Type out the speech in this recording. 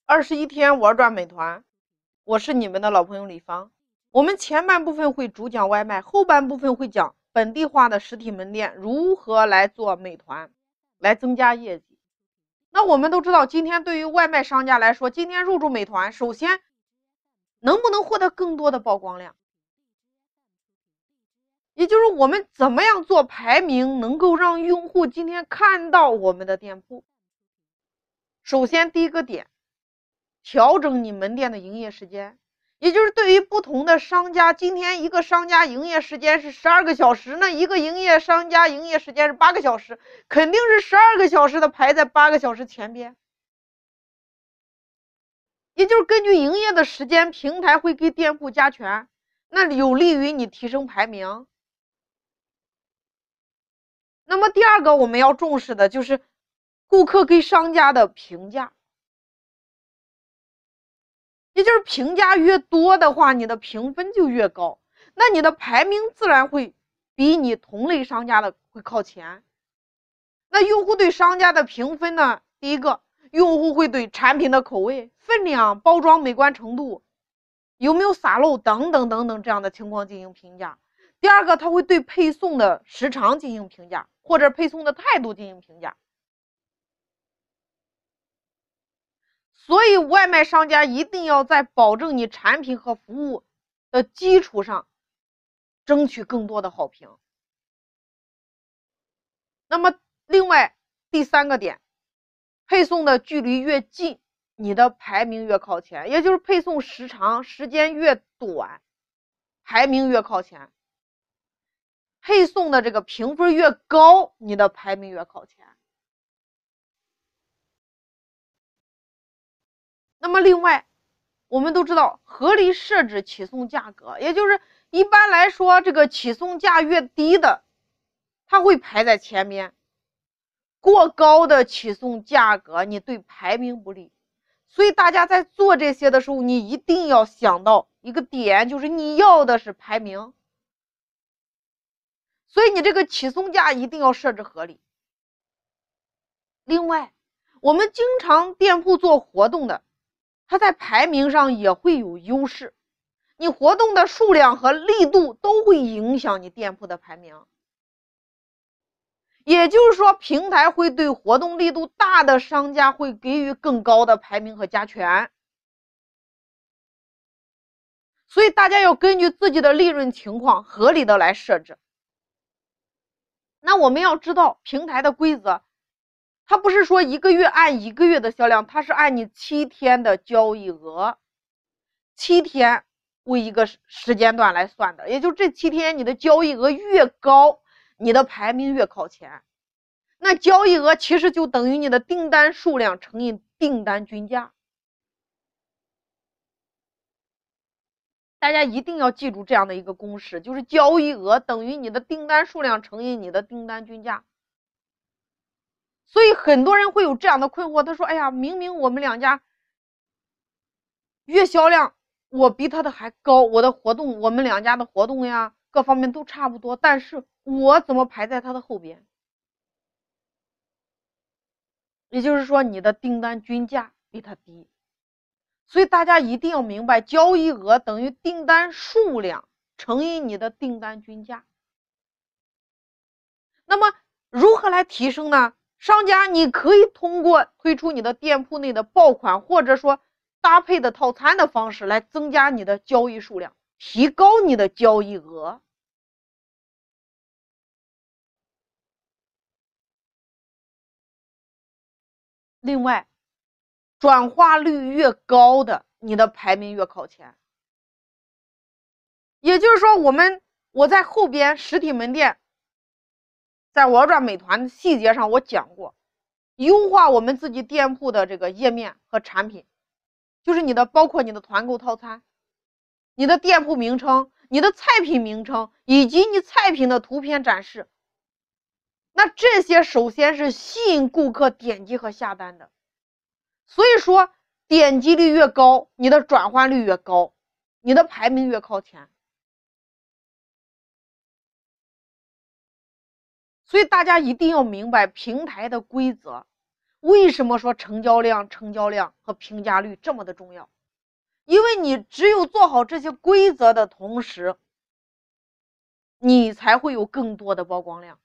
21天玩转美团，我是你们的老朋友李芳。我们前半部分会主讲外卖，后半部分会讲本地化的实体门店如何来做美团，来增加业绩。那我们都知道，今天对于外卖商家来说，今天入驻美团，首先能不能获得更多的曝光量？也就是我们怎么样做排名，能够让用户今天看到我们的店铺。首先第一个点，调整你门店的营业时间，也就是对于不同的商家，今天一个商家营业时间是12个小时，那一个商家营业时间是8个小时，肯定是12个小时的排在8个小时前边。也就是根据营业的时间，平台会给店铺加权，那有利于你提升排名。那么第二个我们要重视的就是顾客给商家的评价，也就是评价越多的话，你的评分就越高，那你的排名自然会比你同类商家的会靠前。那用户对商家的评分呢？第一个，用户会对产品的口味、分量、包装美观程度、有没有洒漏等等等等这样的情况进行评价。第二个，他会对配送的时长进行评价，或者配送的态度进行评价。所以外卖商家一定要在保证你产品和服务的基础上争取更多的好评。那么另外第三个点，配送的距离越近，你的排名越靠前，也就是配送时长时间越短，排名越靠前。配送的这个评分越高，你的排名越靠前。那么另外我们都知道，合理设置起送价格，也就是一般来说，这个起送价越低的，它会排在前面。过高的起送价格，你对排名不利。所以大家在做这些的时候，你一定要想到一个点，就是你要的是排名。所以你这个起送价一定要设置合理。另外，我们经常店铺做活动的，它在排名上也会有优势。你活动的数量和力度都会影响你店铺的排名。也就是说，平台会对活动力度大的商家会给予更高的排名和加权。所以大家要根据自己的利润情况合理的来设置。那我们要知道平台的规则，它不是说一个月按一个月的销量，它是按你7天的交易额，7天为一个时间段来算的，也就这7天你的交易额越高，你的排名越靠前。那交易额其实就等于你的订单数量乘以订单均价。大家一定要记住这样的一个公式，就是交易额等于你的订单数量乘以你的订单均价。所以很多人会有这样的困惑，他说哎呀，明明我们两家月销量我比他的还高，我的活动我们两家的活动呀各方面都差不多，但是我怎么排在他的后边？也就是说你的订单均价比他低。所以大家一定要明白，交易额等于订单数量乘以你的订单均价。那么如何来提升呢？商家你可以通过推出你的店铺内的爆款，或者说搭配的套餐的方式来增加你的交易数量，提高你的交易额。另外，转化率越高的，你的排名越靠前。也就是说，我在后边实体门店，在玩转美团的细节上我讲过，优化我们自己店铺的这个页面和产品，就是包括你的团购套餐，你的店铺名称，你的菜品名称，以及你菜品的图片展示。那这些首先是吸引顾客点击和下单的。所以说点击率越高，你的转换率越高，你的排名越靠前。所以大家一定要明白平台的规则。 为什么说成交量和评价率这么的重要？因为你只有做好这些规则的同时，你才会有更多的曝光量。